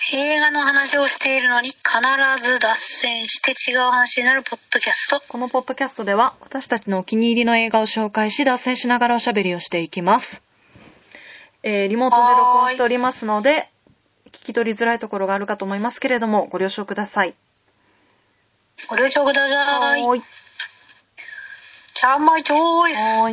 映画の話をしているのに必ず脱線して違う話になるポッドキャスト。 このポッドキャストでは私たちのお気に入りの映画を紹介し脱線しながらおしゃべりをしていきます。リモートで録音しておりますので聞き取りづらいところがあるかと思いますけれどもご了承ください。 ご了承ください。 はい。 ちゃんまいチョイス。 はい。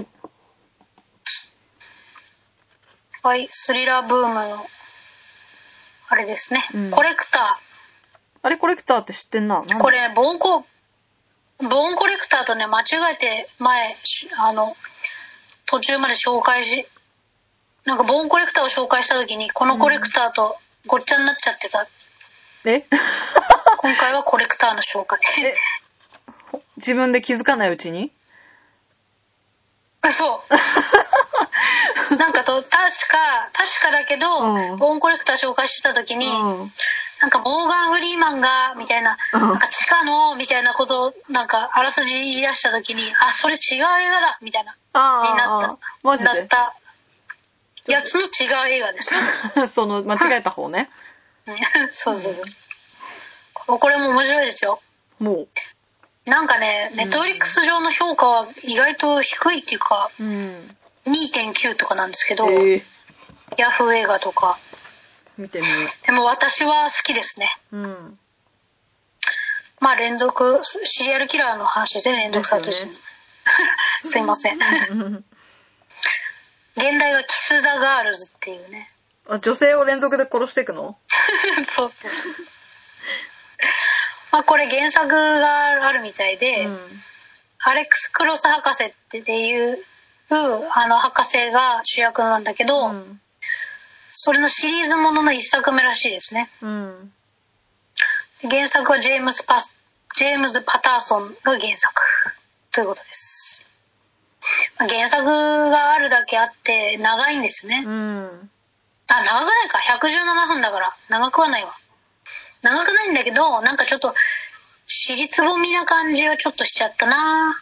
はい、スリラーブームのあれですね、 うんコレクタあれコレクターって知ってんな。 ー。これボーンコレクターとね間違えて前途中まで紹介しなんかボーンコレクターを紹介した時にこのコレクターとごっちゃになっちゃってた。今回はコレクターの紹介。 自分で気づかないうちにそうなんか確かだけど、ボーンコレクター紹介してた時に、なんかモーガン・フリーマンがみたいな、なんか地下のみたいなことをなんかあらすじ言い出した時にそれ違う映画だみたいなになマジでなったやつの違う映画ですね。 その間違えた方ね。 そう、これも面白いですよ。 もうなんかね、ネットフリックス上の評価は意外と低いっていうか、2.9 とかなんですけど、ヤフー映画とか見てみよう。でも私は好きですね。まあ連続シリアルキラーの話で連続殺人、すいません。現代はキス・ザ・ガールズっていうね。 女性を連続で殺していくの？ そう。まあこれ原作があるみたいで、アレックス・クロス博士っていう博士が主役なんだけど、それのシリーズものの一作目らしいですね。原作はジェームズ・パターソンが原作ということです。原作があるだけあって長いんですよね。長くないか、117分だから長くはないわ。長くないんだけど、なんかちょっと尻つぼみな感じはちょっとしちゃったな。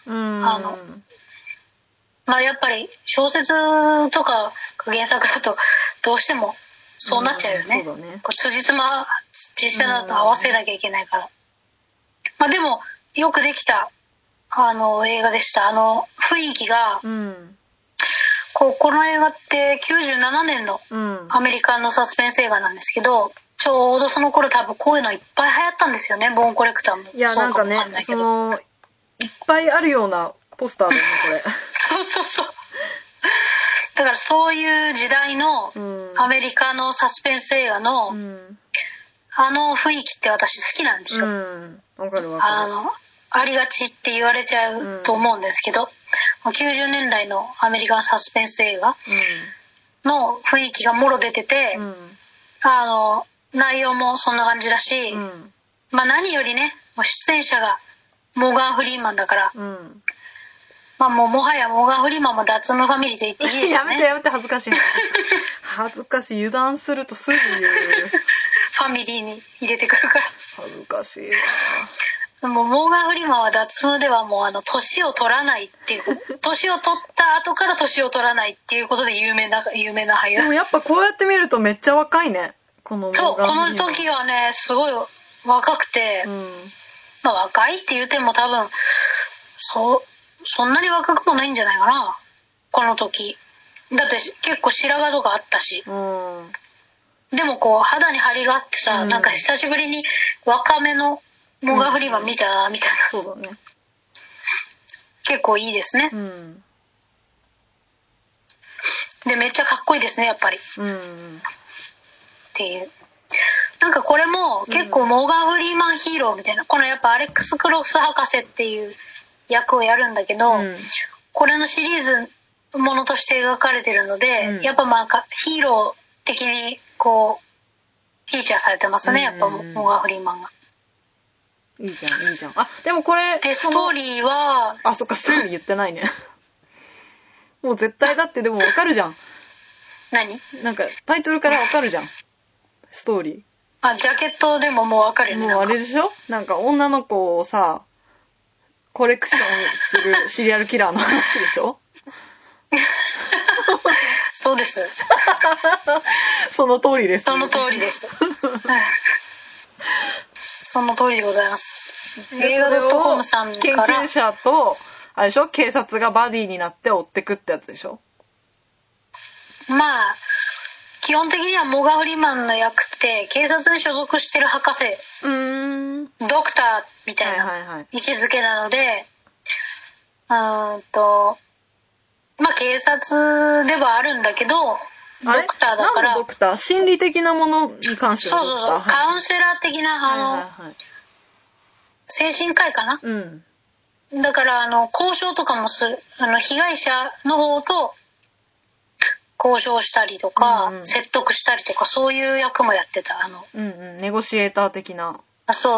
まあやっぱり小説とか原作だとどうしてもそうなっちゃうよね。辻褄実際だと合わせなきゃいけないから。まあでもよくできた映画でした。雰囲気が、この映画って97年のアメリカのサスペンス映画なんですけど、ちょうどその頃多分こういうのいっぱい流行ったんですよね。ボーンコレクターも。 いやなんかね、いっぱいあるようなポスターだねこれ。 そう。だからそういう時代のアメリカのサスペンス映画の、雰囲気って私好きなんですよ。 わかる。 ありがちって言われちゃうと思うんですけど、90年代のアメリカのサスペンス映画の雰囲気がもろ出てて、内容もそんな感じだし、まあ何よりね、出演者がモーガン・フリーマンだから、まあもはやモーガン・フリーマンも脱毛ファミリーと言っていいでしょうね。 やめて恥ずかしい。恥ずかしい。油断するとすぐ言う。 ファミリーに入れてくるから。 恥ずかしい。 もうモーガン・フリーマンは脱毛ではもう年を取らないっていう年を取った後から年を取らないっていうことで有名な俳優。 でもやっぱこうやって見るとめっちゃ若いね。この時はねすごい若くて、まあ若いって言っても多分そんなに若くもないんじゃないかなこの時。だって結構白髪とかあったし。でもこう肌に張りがあってさ、なんか久しぶりに若めのモーガン・フリーマン見たなみたいな。 そうだね。 結構いいですね。でめっちゃかっこいいですねやっぱり。っていう。なんかこれも結構モーガン・フリーマンヒーローみたいな、このやっぱアレックス・クロス博士っていう役をやるんだけど、これのシリーズものとして描かれてるので、やっぱまあヒーロー的にこうフィーチャーされてますね、やっぱモーガン・フリーマンが。 いいじゃん。でもこれでストーリーはそっか、ストーリー言ってないね。もう絶対だってでもわかるじゃん。 何？ なんかタイトルからわかるじゃん。ストーリー。ジャケットでももうわかるよね。 もうあれでしょ？なんか女の子をさコレクションするシリアルキラーの話でしょ？ そそうです。 その通りです。 その通りです。その通りでございます。映画 .com さんから研究者とあれでしょ、警察がバディになって追ってくってやつでしょ。 まあ基本的にはモガフリマンの役って警察に所属してる博士、ドクターみたいな位置づけなので、まあ警察ではあるんだけど、ドクターだから。 何のドクター？心理的なものに関してのドクター。 そう、カウンセラー的な精神科医かな。だから交渉とかもする、被害者の方と交渉したりとか、説得したりとか、そういう役もやってた。 ネゴシエーター的な。 そう、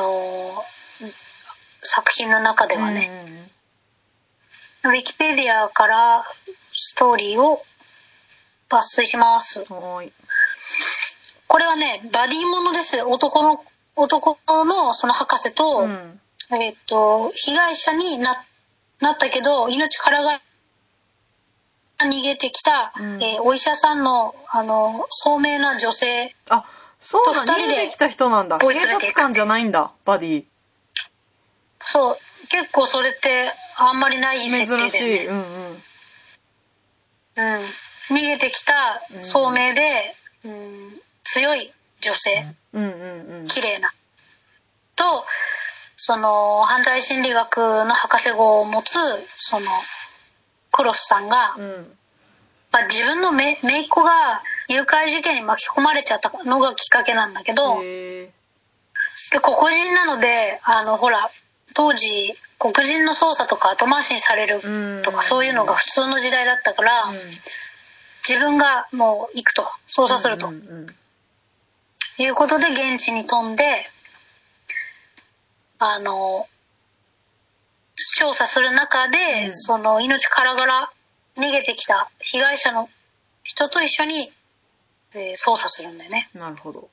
作品の中ではね。ウィキペディアからストーリーを抜粋します。 はい。 これはね、バディものです。男のその博士と、被害者になったけど命からが逃げてきた、お医者さんの聡明な女性と2人で、 そうだ、逃げてきた人なんだ。警察官じゃないんだ、バディ。 そう、結構それってあんまりない設定で、ね、 珍しい。 逃げてきた聡明で、強い女性、綺麗なと、その犯罪心理学の博士号を持つそのクロスさんが、自分の姪っ子が誘拐事件に巻き込まれちゃったのがきっかけなんだけど、で黒人なのでほら当時黒人の捜査とか後回しにされるとか、そういうのが普通の時代だったから、自分がもう行くと、捜査すると、いうことで現地に飛んで調査する中で、その命からがら逃げてきた被害者の人と一緒に、捜査するんだよね。 なるほど。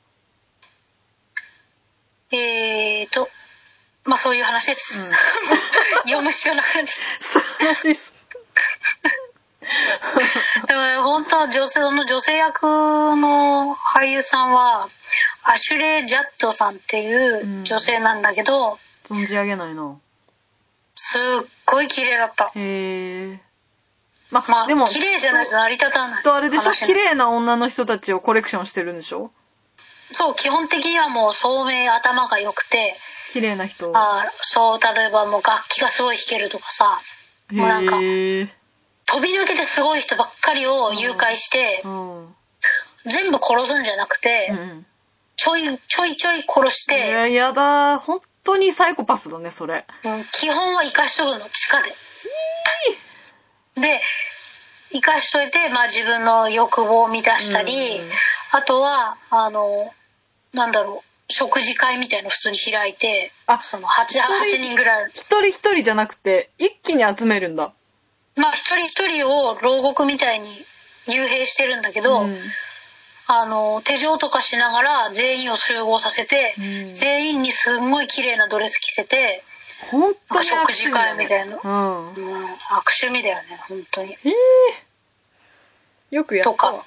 まあそういう話です。読む必要な感じ。 そういう話です。 でも本当はその女性役の俳優さんはアシュレイ・ジャッドさんっていう女性なんだけど、 存じ上げないな。 すっごい綺麗だった。 へえ。 まあでも綺麗じゃないと成り立たない。 きっとあれでしょ、綺麗な女の人たちをコレクションしてるんでしょ。 そう、基本的にはもう聡明、頭が良くて綺麗な人。 そう、例えばもう楽器がすごい弾けるとかさ、もうなんか飛び抜けてすごい人ばっかりを誘拐して、全部殺すんじゃなくて、ちょい殺して。 やだ、本当にサイコパスだね、それ。 基本は生かしとくの、地下で。で、生かしといて、自分の欲望を満たしたり、あとはなんだろう、食事会みたいの普通に開いて、その 8人ぐらい。 一人一人じゃなくて一気に集めるんだ。 一人一人を牢獄みたいに幽閉してるんだけど、手錠とかしながら全員を集合させて、全員にすんごい綺麗なドレス着せて、 本当に食事会みたいな、悪趣味だよね、本当に。 よくやった。とか。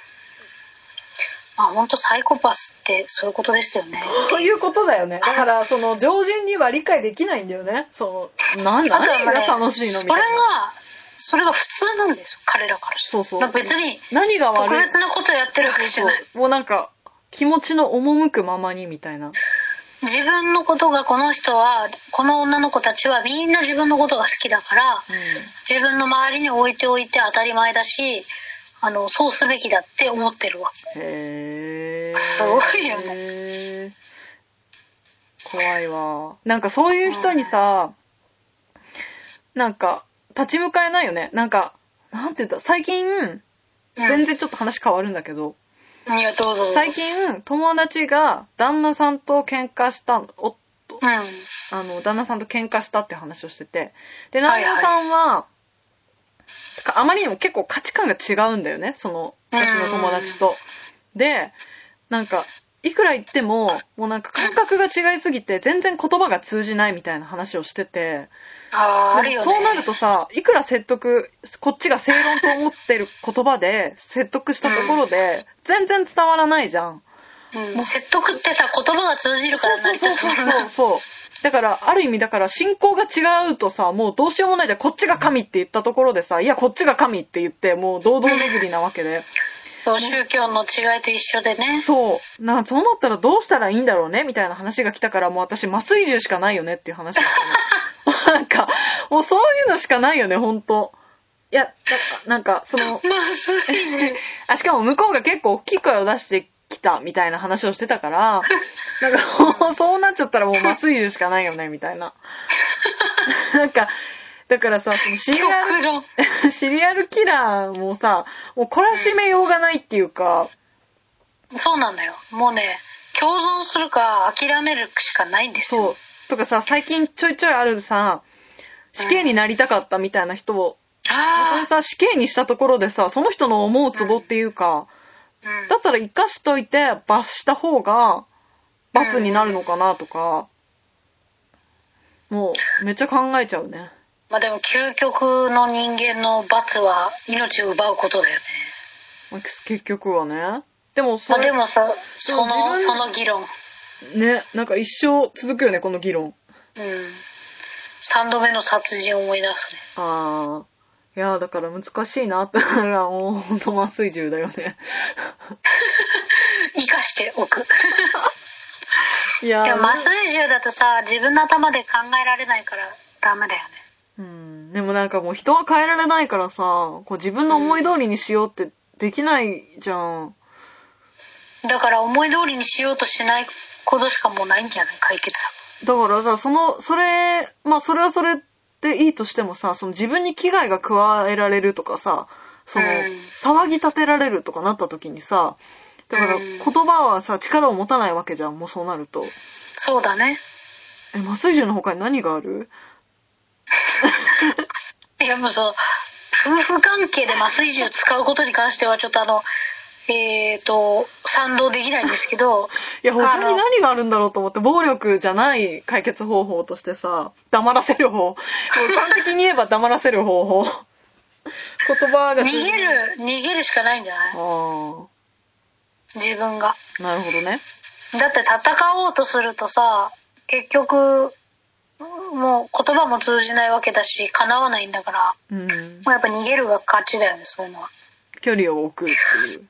本当サイコパスってそういうことですよね。 そういうことだよね。だからその常人には理解できないんだよね。何が楽しいのみたいな。 それが普通なんですよ、彼らからして。そう。別に何が悪い、特別なことやってるわけじゃない。 もうなんか気持ちの赴くままにみたいな。 自分のことが、この女の子たちはみんな自分のことが好きだから、自分の周りに置いておいて当たり前だし、そうすべきだって思ってるわけ。すごいよね。 怖いわ。なんかそういう人にさ、なんか立ち向かえないよね。なんかなんて言った、最近、全然ちょっと話変わるんだけど、最近友達が旦那さんと喧嘩した旦那さんと喧嘩したって話をしてて、で旦那さんは、あまりにも結構価値観が違うんだよね、その私の友達と。で、なんかいくら言っても、もうなんか感覚が違いすぎて、全然言葉が通じないみたいな話をしてて、 あるよね。 そうなるとさ、いくらこっちが正論と思ってる言葉で説得したところで、全然伝わらないじゃん。 説得ってさ、言葉が通じるから成り立つもんな。 そう。だから、ある意味だから、信仰が違うとさ、もうどうしようもないじゃん。こっちが神って言ったところでさ、いや、こっちが神って言って、もう堂々巡りなわけで。 そう、宗教の違いと一緒でね。 そうなったらどうしたらいいんだろうねみたいな話が来たから、もう私麻酔銃しかないよねっていう話をしたの。なんかもうそういうのしかないよね、ほんと。いや、なんかその麻酔銃しかも向こうが結構大きい声を出してきたみたいな話をしてたから、なんかもうそうなっちゃったらもう麻酔銃しかないよねみたいな。なんかだからさ、そのシリアルキラーもさ、もう懲らしめようがないっていうか、 そうなんだよ。もうね、共存するか諦めるしかないんですよ。 そう。とかさ、最近ちょいちょいあるさ、死刑になりたかったみたいな人を、それさ、死刑にしたところでさ、その人の思うツボっていうか、だったら生かしといて罰した方が罰になるのかなとか、もうめっちゃ考えちゃうね。 まあでも究極の人間の罰は命を奪うことだよね。 結局はね。でもまあでもさ、その議論。 ね、なんか一生続くよね、この議論。 3度目の殺人を思い出すね。 いやだから難しいなってなら、もうほんと麻酔銃だよね。 生かしておく。でも麻酔銃だとさ、自分の頭で考えられないからダメだよね。 でもなんかもう人は変えられないからさ、こう自分の思い通りにしようってできないじゃん。 だから思い通りにしようとしないことしかもうないんじゃない、解決だからさ、それはそれでいいとしてもさ、その自分に危害が加えられるとかさ、騒ぎ立てられるとかなった時にさ、だから言葉はさ、力を持たないわけじゃん、もうそうなると。 そうだね。 麻酔銃の他に何がある？ いやもうそう、夫婦関係で麻酔銃使うことに関してはちょっと賛同できないんですけど。 いや、他に何があるんだろうと思って、暴力じゃない解決方法としてさ、黙らせる方。もう完璧に言えば黙らせる方法。言葉が逃げるしかないんじゃない？自分が。なるほどね。 だって戦おうとするとさ、結局、もう言葉も通じないわけだし、叶わないんだから、もうやっぱ逃げるが勝ちだよね、そういうのは。 距離を置くっていう。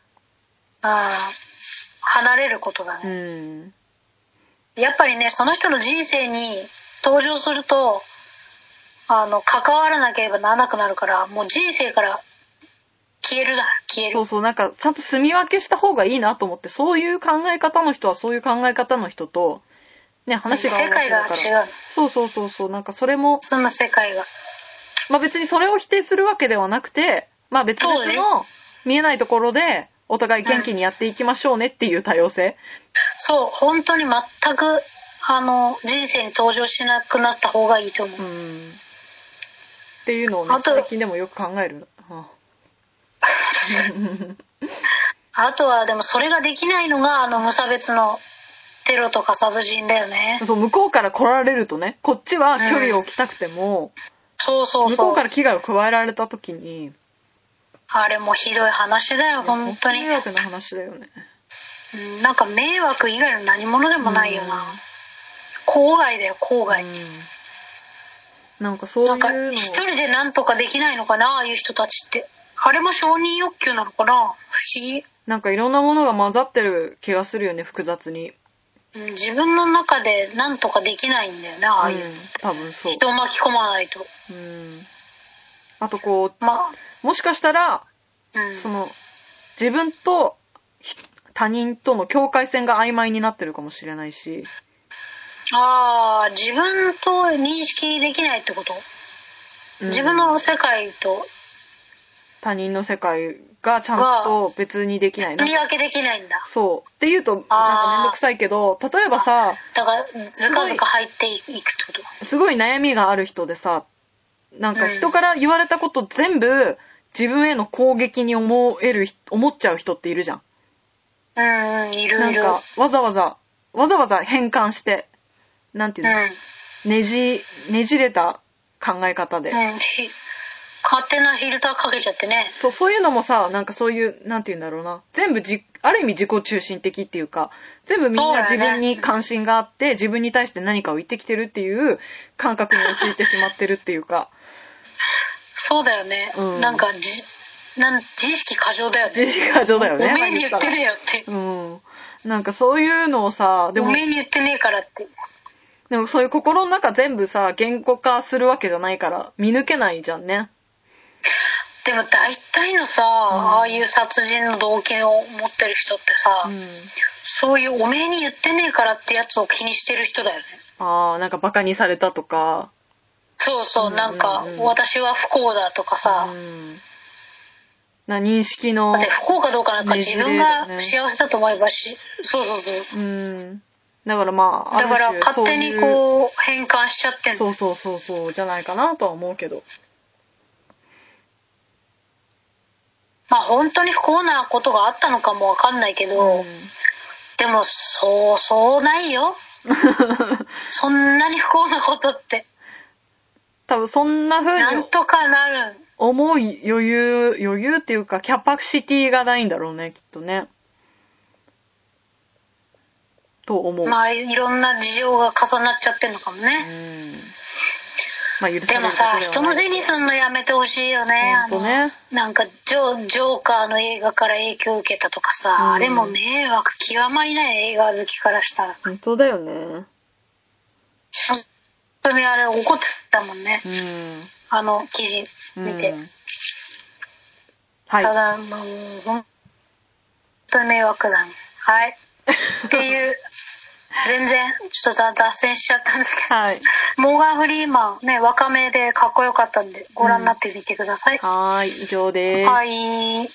離れることだね。やっぱりね、その人の人生に登場すると、関わらなければならなくなるから、もう人生から消える。 そう、なんかちゃんと住み分けした方がいいなと思って、そういう考え方の人はそういう考え方の人と、ね、話が合うわけだから。世界が違う。そう、なんかそれも。 住む世界が。 まあ別にそれを否定するわけではなくて、まあ別々の見えないところで、お互い元気にやっていきましょうねっていう多様性。 そう、本当に全く、人生に登場しなくなった方がいいと思う。 っていうのをね、最近でもよく考える。 あとはでもそれができないのが無差別のテロとか殺人だよね。 そう、向こうから来られるとね、こっちは距離を置きたくても、 そう向こうから危害を加えられた時に、 あれもひどい話だよ、本当に。 迷惑な話だよね。 なんか迷惑以外の何者でもないよな。郊外だよ、郊外。 なんかそういうの。なんか一人でなんとかできないのかな、ああいう人たちって。あれも承認欲求なのかな、不思議。 なんかいろんなものが混ざってる気がするよね、複雑に。 自分の中でなんとかできないんだよね、ああいう。 多分そう。 人を巻き込まないと。 あとこう、もしかしたら、自分と他人との境界線が曖昧になってるかもしれないし。 自分と認識できないってこと？自分の世界と他人の世界がちゃんと別にできない。 切り分けできないんだ。 そう。って言うとなんかめんどくさいけど、例えばさ、 だからずかずか入っていくってこと？ すごい悩みがある人でさ、なんか人から言われたこと全部自分への攻撃に思っちゃう人っているじゃん。 いるいる。 なんかわざわざ変換して、なんていうの、ねじれた考え方で。 勝手なフィルターかけちゃってね。 そういうのもさ、なんかそういう、なんていうんだろうな。全部ある意味自己中心的っていうか、全部みんな自分に関心があって、自分に対して何かを言ってきてるっていう感覚に陥ってしまってるっていうか。 そうだよね。なんか自意識過剰だよね。 自意識過剰だよね。 おめえに言ってねえよって。 なんかそういうのをさ、 でもおめえに言ってねえからって。 でもそういう心の中全部さ、言語化するわけじゃないから見抜けないじゃんね。 でも大体のさ、ああいう殺人の動機を持ってる人ってさ、そういうおめえに言ってねえからってやつを気にしてる人だよね。 なんかバカにされたとか。 そう、なんか私は不幸だとかさ。 認識の。 だって不幸かどうかなんか自分が幸せだと思えばし。そう。 だからまあ、 だから勝手にこう変換しちゃってんの。 そうじゃないかなとは思うけど。 まあ本当に不幸なことがあったのかもわかんないけど、でもそうないよ。そんなに不幸なことって。 多分そんな風になんとかなる。 思う余裕っていうかキャパシティがないんだろうね、きっとね。と思う。 まあいろんな事情が重なっちゃってんのかもね。まあ、でもさ、人のせいにすんのやめてほしいよね。なんかジョーカーの映画から影響を受けたとかさ、あれも迷惑極まりない映画好きからしたら。 本当だよね。 本当にあれ怒ってたもんね。あの記事見て。ただもう本当に迷惑だね。はい。っていう全然ちょっと脱線しちゃったんですけど、モーガン・フリーマンね、若めでかっこよかったんでご覧になってみてください。 はい、以上です。 はい。